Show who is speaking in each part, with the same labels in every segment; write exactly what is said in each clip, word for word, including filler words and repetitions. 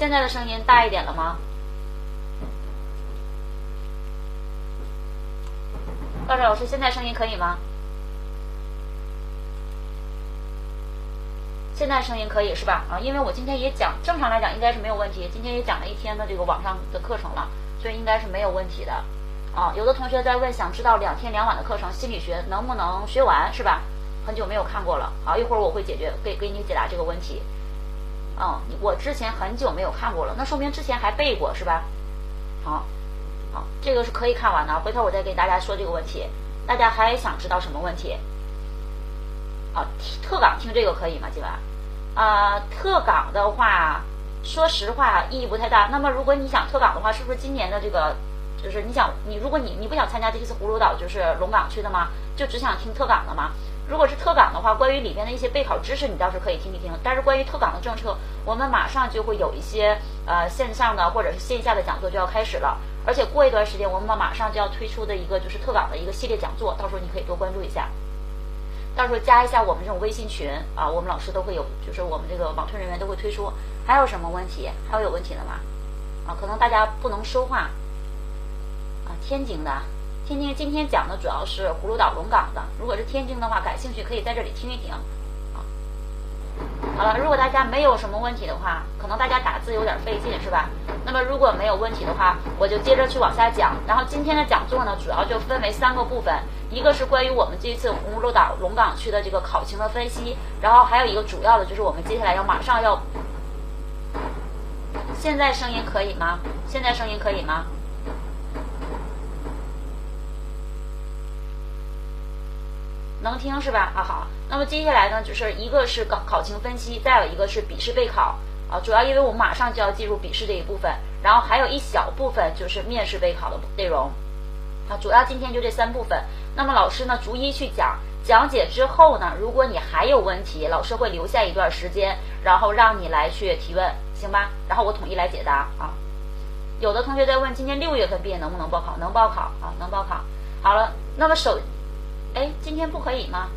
Speaker 1: 现在的声音大一点了吗？高帅老师，现在声音可以吗？现在声音可以是吧？啊，因为我今天也讲，正常来讲应该是没有问题。今天也讲了一天的这个网上的课程了，所以应该是没有问题的。啊，有的同学在问，想知道两天两晚的课程心理学能不能学完是吧？很久没有看过了。好，一会儿我会解决，给给你解答这个问题。嗯，我之前很久没有看过了，那说明之前还背过是吧？好，好，这个是可以看完的。回头我再给大家说这个问题。大家还想知道什么问题？啊，特岗听这个可以吗？今晚？啊、呃，特岗的话，说实话意义不太大。那么如果你想特岗的话，是不是今年的这个，就是你想你如果你你不想参加这次葫芦岛就是龙岗区的吗？就只想听特岗的吗？如果是特岗的话，关于里边的一些备考知识，你倒是可以听一听。但是关于特岗的政策，我们马上就会有一些呃线上的或者是线下的讲座就要开始了。而且过一段时间，我们马上就要推出的一个就是特岗的一个系列讲座，到时候你可以多关注一下。到时候加一下我们这种微信群啊，我们老师都会有，就是我们这个网推人员都会推出。还有什么问题？还有有问题的吗？啊，可能大家不能说话。啊，天津的，天津今天讲的主要是葫芦岛龙岗的。如果是天津的话，感兴趣可以在这里听一听。啊，好了，如果大家没有什么问题的话，可能大家打字有点费劲是吧？那么如果没有问题的话，我就接着去往下讲。然后今天的讲座呢，主要就分为三个部分。一个是关于我们这一次葫芦岛龙岗区的这个考情的分析，然后还有一个主要的就是我们接下来要马上要。现在声音可以吗？现在声音可以吗？能听是吧？啊好，那么接下来呢，就是一个是考考情分析，再有一个是笔试备考啊。主要因为我们马上就要进入笔试这一部分，然后还有一小部分就是面试备考的内容啊。主要今天就这三部分。那么老师呢，逐一去讲，讲解之后呢，如果你还有问题，老师会留下一段时间，然后让你来去提问，行吧？然后我统一来解答啊。有的同学在问，今年六月份毕业能不能报考？能报考啊，能报考。好了，那么首，哎，今天不可以吗？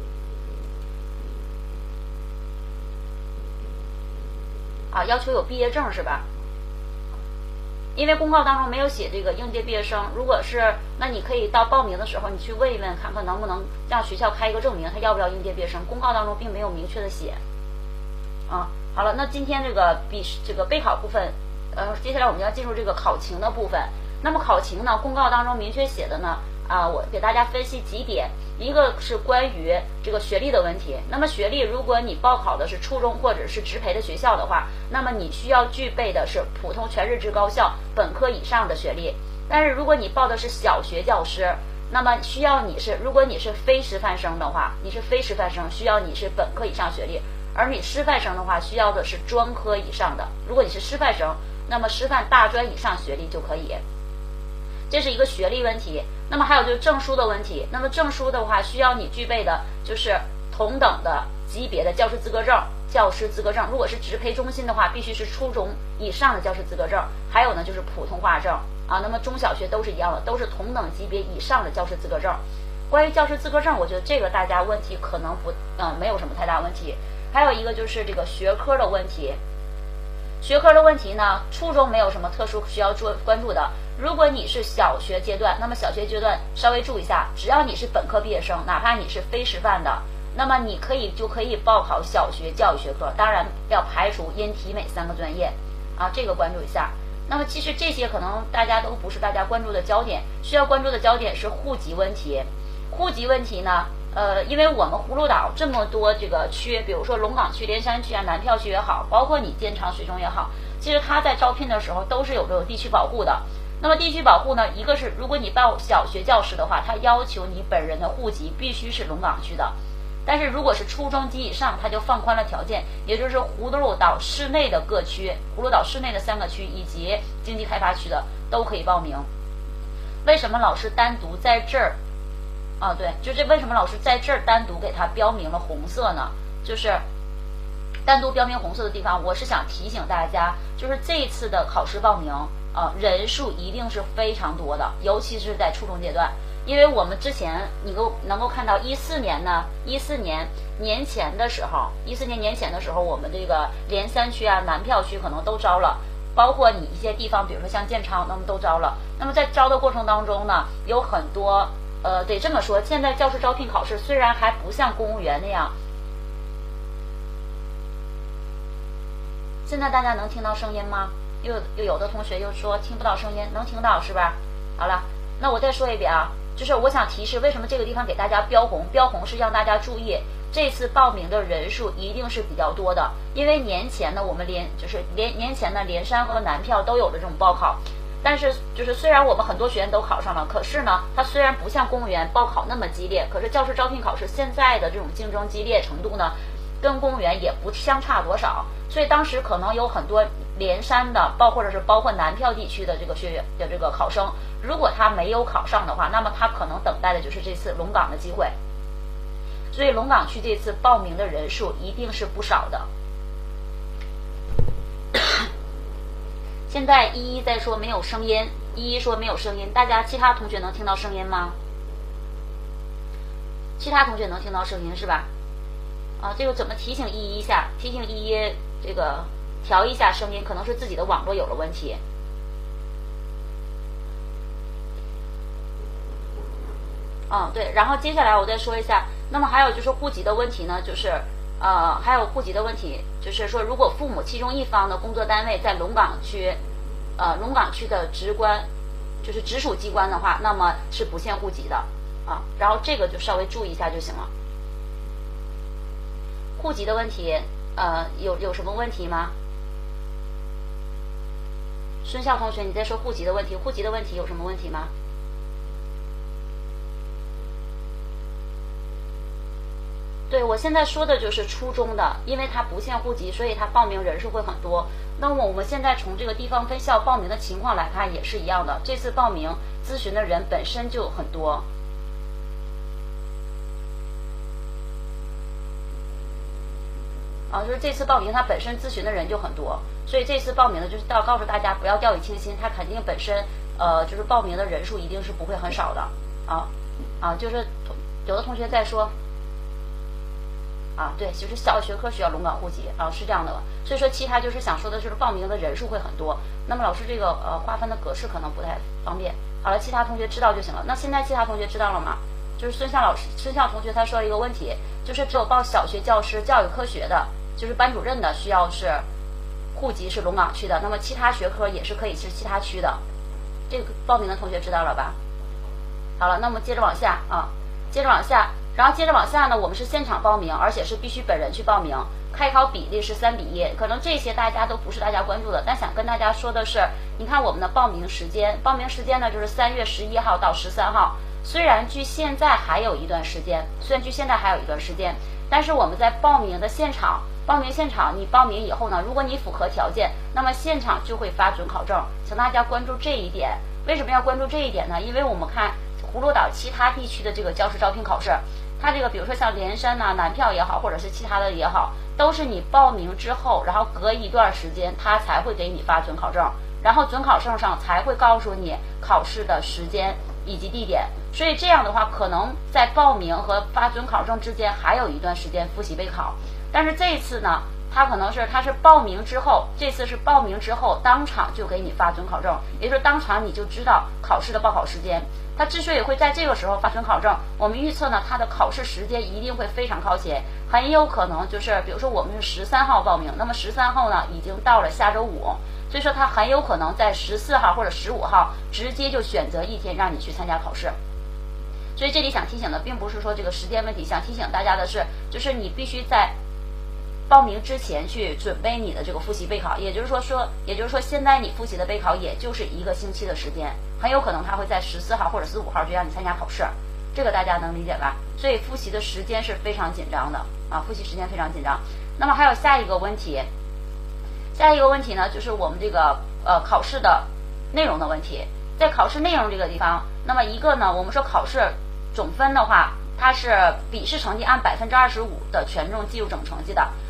Speaker 1: 啊，要求有毕业证是吧？因为公告当中没有写这个应届毕业生，如果是，那你可以到报名的时候，你去问一问，看看能不能让学校开一个证明，他要不要应届毕业生。公告当中并没有明确的写。啊，好了，那今天这个笔这个备考部分，呃，接下来我们要进入这个考情的部分。那么考情呢，公告当中明确写的呢，啊，我给大家分析几点。一个是关于这个学历的问题。那么学历，如果你报考的是初中或者是职培的学校的话，那么你需要具备的是普通全日制高校本科以上的学历。但是如果你报的是小学教师，那么需要你是，如果你是非师范生的话，你是非师范生，需要你是本科以上学历。而你师范生的话，需要的是专科以上的。如果你是师范生，那么师范大专以上学历就可以。这是一个学历问题。那么还有就是证书的问题。那么证书的话，需要你具备的就是同等的级别的教师资格证、教师资格证。如果是职培中心的话，必须是初中以上的教师资格证。还有呢，就是普通话证啊。那么中小学都是一样的，都是同等级别以上的教师资格证。关于教师资格证，我觉得这个大家问题可能不，嗯，没有什么太大问题。还有一个就是这个学科的问题。学科的问题呢，初中没有什么特殊需要注关注的。如果你是小学阶段，那么小学阶段稍微注意一下，只要你是本科毕业生，哪怕你是非师范的，那么你可以就可以报考小学教育学科，当然要排除音体美三个专业啊，这个关注一下。那么其实这些可能大家都不是大家关注的焦点，需要关注的焦点是户籍问题。户籍问题呢，呃，因为我们葫芦岛这么多这个区，比如说龙岗区、连山区啊、南票区也好，包括你建昌、水中也好，其实它在招聘的时候都是有这种地区保护的。那么地区保护呢，一个是如果你报小学教师的话，它要求你本人的户籍必须是龙岗区的。但是如果是初中及以上，它就放宽了条件，也就是葫芦岛市内的各区，葫芦岛市内的三个区以及经济开发区的都可以报名。为什么老师单独在这儿？啊，对，就这为什么老师在这儿单独给它标明了红色呢？就是单独标明红色的地方，我是想提醒大家，就是这一次的考试报名，呃，人数一定是非常多的，尤其是在初中阶段。 因为我们之前你够能够看到一四年呢，一四年年前的时候，一四年年前的时候，我们这个连三区啊、南票区可能都招了，包括你一些地方，比如说像建昌，那么都招了。那么在招的过程当中呢，有很多呃，得这么说，现在教师招聘考试虽然还不像公务员那样。现在大家能听到声音吗？又又有的同学又说听不到声音，能听到是吧？好了，那我再说一遍啊，就是我想提示，为什么这个地方给大家标红？标红是让大家注意，这次报名的人数一定是比较多的，因为年前呢，我们连就是连年前呢，连山和南票都有了这种报考，但是就是虽然我们很多学员都考上了，可是呢，它虽然不像公务员报考那么激烈，可是教师招聘考试现在的这种竞争激烈程度呢，跟公务员也不相差多少，所以当时可能有很多连山的，包或者是包括南票地区的这个学员的这个考生，如果他没有考上的话，那么他可能等待的就是这次龙岗的机会。所以龙岗区这次报名的人数一定是不少的。现在依依在说没有声音，依依说没有声音，大家其他同学能听到声音吗？其他同学能听到声音是吧？啊，这个怎么提醒依依一下？提醒依依这个调一下声音，可能是自己的网络有了问题。嗯，对，然后接下来我再说一下，那么还有就是户籍的问题呢，就是呃，还有户籍的问题，就是说如果父母其中一方的工作单位在龙岗区，呃，龙岗区的职关，就是直属机关的话，那么是不限户籍的啊，然后这个就稍微注意一下就行了。户籍的问题，呃，有有什么问题吗？孙笑同学，你在说户籍的问题，户籍的问题有什么问题吗？对，我现在说的就是初中的，因为它不限户籍，所以它报名人数会很多。那么我们现在从这个地方分校报名的情况来看，也是一样的。这次报名咨询的人本身就很多。啊，就是这次报名，它本身咨询的人就很多，所以这次报名呢，就是要告诉大家不要掉以轻心，它肯定本身呃，就是报名的人数一定是不会很少的啊啊，就是有的同学在说。啊，对，就是小学科需要龙岗户籍啊，是这样的。所以说，其他就是想说的就是报名的人数会很多。那么老师这个呃划分的格式可能不太方便。好了，其他同学知道就行了。那现在其他同学知道了吗？就是孙笑老师、孙笑同学他说了一个问题，就是只有报小学教师、教育科学的，就是班主任的需要是户籍是龙岗区的，那么其他学科也是可以是其他区的。这个报名的同学知道了吧？好了，那我们接着往下啊，接着往下。然后接着往下呢，我们是现场报名，而且是必须本人去报名。开考比例是三比一，可能这些大家都不是大家关注的，但想跟大家说的是，你看我们的报名时间，报名时间呢就是三月十一号到十三号。虽然距现在还有一段时间，虽然距现在还有一段时间，但是我们在报名的现场，报名现场你报名以后呢，如果你符合条件，那么现场就会发准考证，请大家关注这一点。为什么要关注这一点呢？因为我们看葫芦岛其他地区的这个教师招聘考试。它这个比如说像连山呐、啊、南票也好，或者是其他的也好，都是你报名之后，然后隔一段时间，它才会给你发准考证，然后准考证上才会告诉你考试的时间以及地点。所以这样的话，可能在报名和发准考证之间还有一段时间复习备考。但是这一次呢，它可能是它是报名之后，这次是报名之后当场就给你发准考证，也就是当场你就知道考试的报考时间。它之所以会在这个时候发准考证，我们预测呢，它的考试时间一定会非常靠前，很有可能就是比如说我们是十三号报名，那么十三号呢已经到了下周五，所以说它很有可能在十四号或者十五号直接就选择一天让你去参加考试。所以这里想提醒的并不是说这个时间问题，想提醒大家的是，就是你必须在报名之前去准备你的这个复习备考，也就是说说，也就是说现在你复习的备考也就是一个星期的时间，很有可能它会在十四号或者十五号就让你参加考试，这个大家能理解吧？所以复习的时间是非常紧张的啊，复习时间非常紧张。那么还有下一个问题，下一个问题呢，就是我们这个呃考试的内容的问题。在考试内容这个地方，那么一个呢，我们说考试总分的话，它是笔试成绩按百分之二十五的权重计入总成绩的。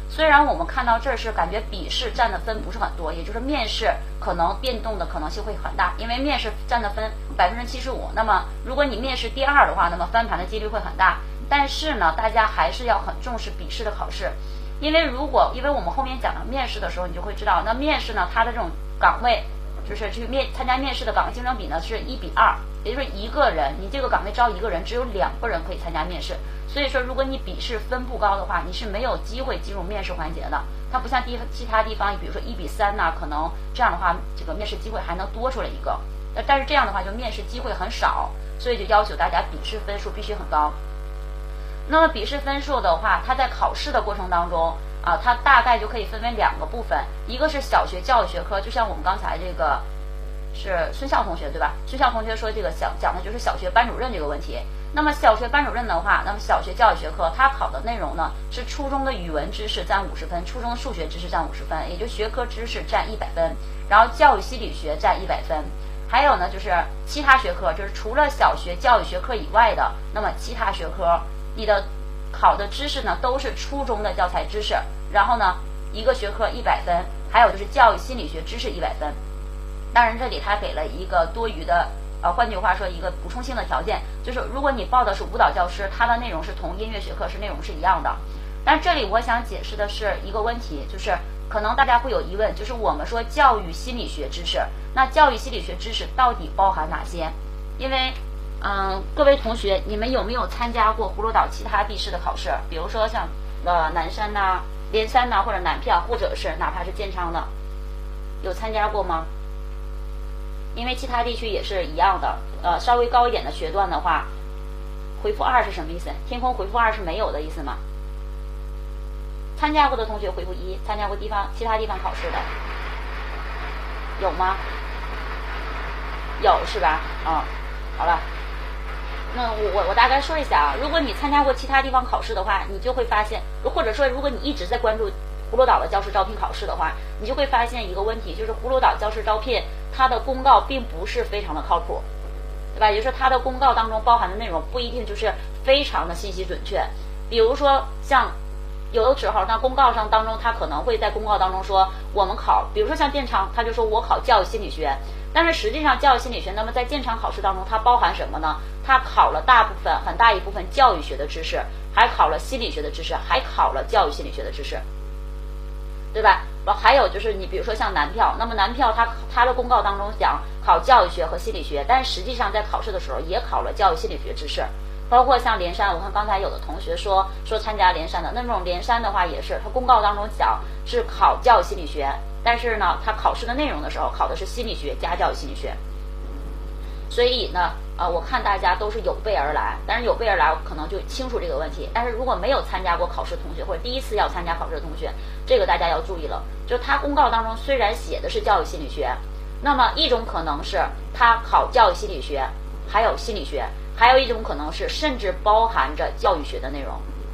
Speaker 1: 虽然我们看到这儿是感觉笔试占的分不是很多，也就是面试可能变动的可能性会很大，因为面试占的分百分之七十五，那么如果你面试第二的话，那么翻盘的几率会很大。但是呢，大家还是要很重视笔试的考试，因为如果因为我们后面讲到面试的时候，你就会知道，那面试呢，它的这种岗位就是去面参加面试的岗位竞争比呢是一比二，也就是一个人，你这个岗位招一个人，只有两个人可以参加面试。所以说，如果你笔试分不高的话，你是没有机会进入面试环节的。它不像地其他地方，比如说一比三呐、啊，可能这样的话，这个面试机会还能多出来一个。但是这样的话，就面试机会很少，所以就要求大家笔试分数必须很高。那么笔试分数的话，它在考试的过程当中啊，它大概就可以分为两个部分，一个是小学教育学科，就像我们刚才这个是孙笑同学对吧？孙笑同学说这个小讲的就是小学班主任这个问题。那么小学班主任的话，那么小学教育学科它考的内容呢是初中的语文知识占五十分，初中的数学知识占五十分，也就学科知识占一百分，然后教育心理学占一百分。还有呢就是其他学科，就是除了小学教育学科以外的，那么其他学科你的考的知识呢都是初中的教材知识，然后呢一个学科一百分，还有就是教育心理学知识一百分。当然这里他给了一个多余的呃，换句话说，一个补充性的条件，就是如果你报的是舞蹈教师，它的内容是同音乐学科是内容是一样的。但这里我想解释的是一个问题，就是可能大家会有疑问，就是我们说教育心理学知识，那教育心理学知识到底包含哪些？因为嗯，各位同学，你们有没有参加过葫芦岛其他笔试的考试？比如说像呃南山呐、啊、连山呐、啊，或者南票，或者是哪怕是建昌的，有参加过吗？因为其他地区也是一样的，呃，稍微高一点的学段的话，回复二是什么意思？天空回复二是没有的意思吗？参加过的同学回复一，参加过地方其他地方考试的有吗？有是吧？嗯，好了，那我我我大概说一下啊，如果你参加过其他地方考试的话，你就会发现，或者说如果你一直在关注葫芦岛的教师招聘考试的话，你就会发现一个问题，就是葫芦岛教师招聘它的公告并不是非常的靠谱，对吧？也就是说它的公告当中包含的内容不一定就是非常的信息准确。比如说像有的时候那公告上当中，它可能会在公告当中说我们考，比如说像建昌，他就说我考教育心理学，但是实际上教育心理学那么在建昌考试当中它包含什么呢？它考了大部分很大一部分教育学的知识，还考了心理学的知识，还考了教育心理学的知识，对吧？还有就是你比如说像南票，那么南票它它的公告当中讲考教育学和心理学，但是实际上在考试的时候也考了教育心理学知识。包括像连山，我看刚才有的同学说说参加连山的，那种连山的话也是，它公告当中讲是考教育心理学，但是呢它考试的内容的时候考的是心理学加教育心理学。所以呢呃，我看大家都是有备而来，但是有备而来可能就清楚这个问题，但是如果没有参加过考试的同学，或者第一次要参加考试的同学，这个大家要注意了，就是他公告当中虽然写的是教育心理学，那么一种可能是他考教育心理学还有心理学，还有一种可能是甚至包含着教育学的内容，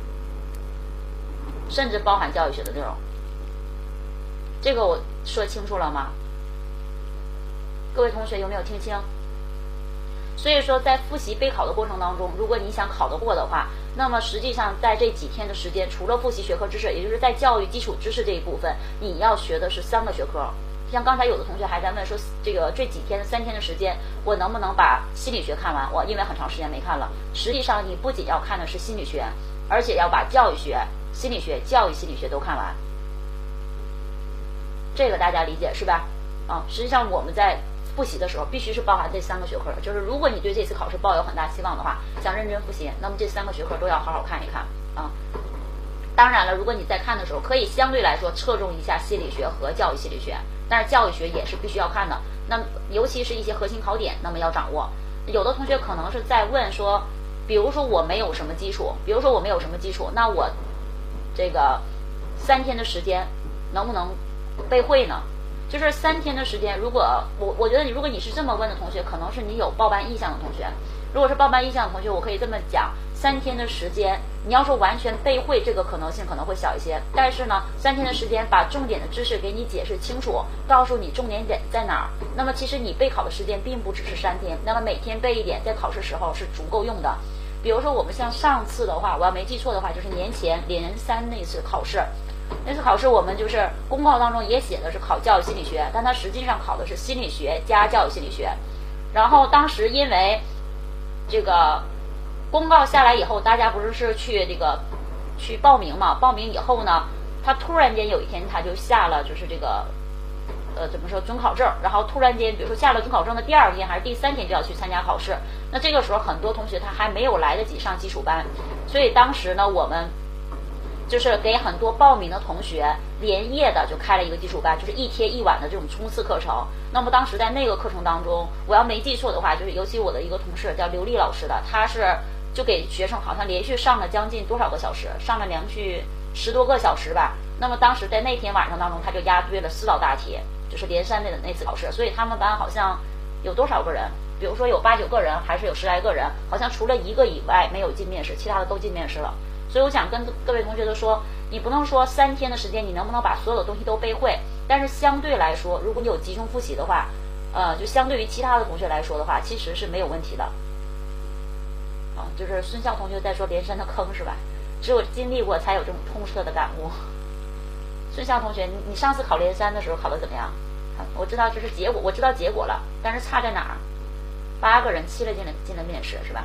Speaker 1: 甚至包含教育学的内容。这个我说清楚了吗？各位同学有没有听清？所以说在复习备考的过程当中，如果你想考得过的话，那么实际上在这几天的时间，除了复习学科知识，也就是在教育基础知识这一部分，你要学的是三个学科。像刚才有的同学还在问说，这个这几天三天的时间，我能不能把心理学看完？我因为很长时间没看了。实际上你不仅要看的是心理学，而且要把教育学、心理学、教育心理学都看完。这个大家理解是吧？啊，实际上我们在复习的时候必须是包含这三个学科，就是如果你对这次考试抱有很大希望的话，想认真复习，那么这三个学科都要好好看一看啊。当然了，如果你在看的时候，可以相对来说侧重一下心理学和教育心理学，但是教育学也是必须要看的。那么尤其是一些核心考点，那么要掌握。有的同学可能是在问说，比如说我没有什么基础，比如说我没有什么基础，那我这个三天的时间能不能背会呢？就是三天的时间，如果我我觉得你如果你是这么问的同学，可能是你有报班意向的同学。如果是报班意向的同学，我可以这么讲，三天的时间，你要说完全背会，这个可能性可能会小一些。但是呢，三天的时间把重点的知识给你解释清楚，告诉你重点点在哪儿。那么其实你备考的时间并不只是三天，那么每天背一点，在考试时候是足够用的。比如说我们像上次的话，我要没记错的话，就是年前连三那次考试。 那次考试我们就是公告当中也写的是考教育心理学，但它实际上考的是心理学加教育心理学。然后当时因为这个公告下来以后，大家不是是去这个去报名嘛？报名以后呢，他突然间有一天他就下了就是这个呃怎么说准考证，然后突然间比如说下了准考证的第二天还是第三天就要去参加考试。那这个时候很多同学他还没有来得及上基础班，所以当时呢我们就是给很多报名的同学连夜的就开了一个基础班，就是一天一晚的这种冲刺课程。那么当时在那个课程当中，我要没记错的话，就是尤其我的一个同事叫刘丽老师的，他是就给学生好像连续上了将近多少个小时，上了连续十多个小时吧。那么当时在那天晚上当中，他就押对了四道大题，就是连山的那次考试。所以他们班好像有多少个人，比如说有八九个人还是有十来个人，好像除了一个以外没有进面试，其他的都进面试了。所以我想跟各位同学都说，你不能说三天的时间你能不能把所有的东西都背会，但是相对来说，如果你有集中复习的话，呃，就相对于其他的同学来说的话，其实是没有问题的。啊，就是孙笑同学在说连山的坑是吧？只有经历过才有这种痛彻的感悟。孙笑同学，你你上次考连山的时候考得怎么样？啊，我知道这是结果，我知道结果了，但是差在哪儿？八个人七了进了进了面试是吧？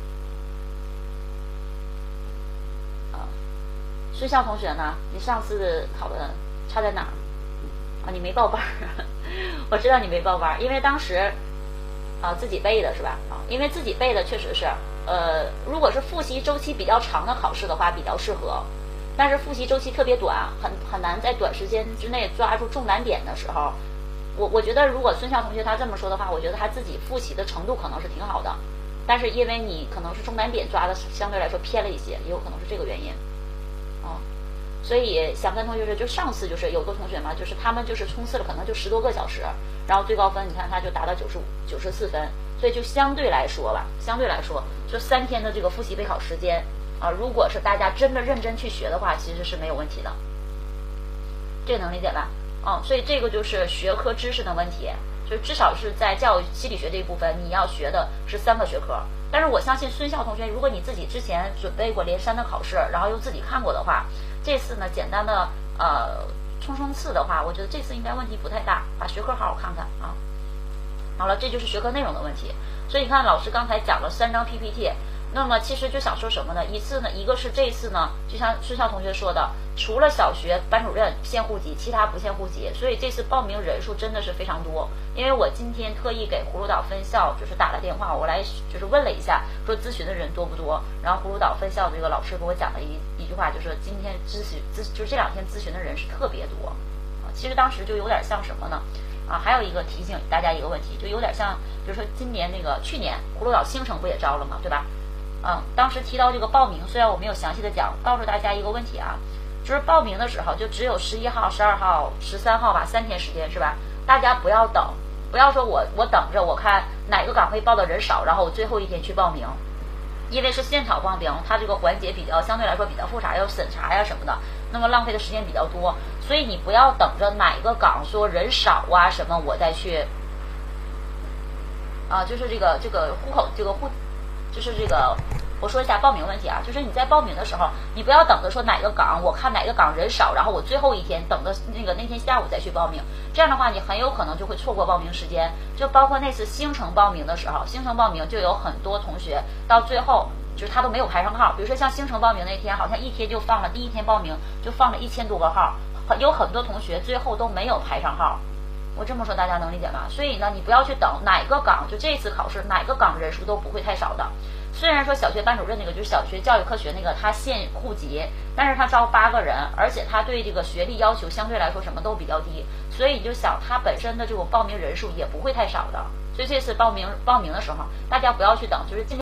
Speaker 1: 孙笑同学呢？你上次考的差在哪儿？啊，你没报班儿。我知道你没报班儿，因为当时啊自己背的是吧？啊，因为自己背的确实是，呃，如果是复习周期比较长的考试的话，比较适合。但是复习周期特别短，很很难在短时间之内抓住重难点的时候，我我觉得如果孙笑同学他这么说的话，我觉得他自己复习的程度可能是挺好的，但是因为你可能是重难点抓的相对来说偏了一些，也有可能是这个原因。哦，所以想跟同学说，就上次就是有个同学嘛，就是他们就是冲刺了可能就十多个小时，然后最高分你看他就达到九十五、九十四分，所以就相对来说吧，相对来说，就三天的这个复习备考时间啊，如果是大家真的认真去学的话，其实是没有问题的，这个能理解吧？哦，所以这个就是学科知识的问题，就至少是在教育心理学这一部分，你要学的是三个学科。但是我相信孙笑同学，如果你自己之前准备过连山的考试，然后又自己看过的话，这次呢简单的呃冲冲刺的话，我觉得这次应该问题不太大，把学科好好看看啊。好了，这就是学科内容的问题。所以你看，老师刚才讲了三张 P P T， 那么其实就想说什么呢？一次呢，一个是这一次呢，就像孙笑同学说的，除了小学班主任限户籍，其他不限户籍，所以这次报名人数真的是非常多。因为我今天特意给葫芦岛分校就是打了电话，我来就是问了一下，说咨询的人多不多。然后葫芦岛分校的这个老师跟我讲了一一句话，就是今天咨询咨就是这两天咨询的人是特别多啊。其实当时就有点像什么呢？啊，还有一个提醒大家一个问题，就有点像，比如说今年那个去年葫芦岛新城不也招了嘛，对吧？嗯，当时提到这个报名，虽然我没有详细的讲，告诉大家一个问题啊，就是报名的时候就只有十一号、十二号、十三号吧，三天时间是吧？大家不要等，不要说我我等着我看哪个岗位报的人少，然后我最后一天去报名，因为是现场报名，它这个环节比较相对来说比较复杂，要审查呀什么的，那么浪费的时间比较多，所以你不要等着哪个岗说人少啊什么我再去，啊，就是这个这个户口这个户。就是这个，我说一下报名问题啊，就是你在报名的时候，你不要等着说哪个岗，我看哪个岗人少，然后我最后一天等着那个那天下午再去报名，这样的话你很有可能就会错过报名时间。就包括那次新城报名的时候，新城报名就有很多同学到最后就是他都没有排上号，比如说像新城报名那天，好像一天就放了，第一天报名就放了一千多个号，有很多同学最后都没有排上号。我这么说大家能理解吗？所以呢，你不要去等哪个岗，就这次考试哪个岗人数都不会太少的。虽然说小学班主任那个就是小学教育科学那个他限户籍，但是他招八个人，而且他对这个学历要求相对来说什么都比较低，所以你就想他本身的这种报名人数也不会太少的。所以这次报名报名的时候，大家不要去等，就是尽量。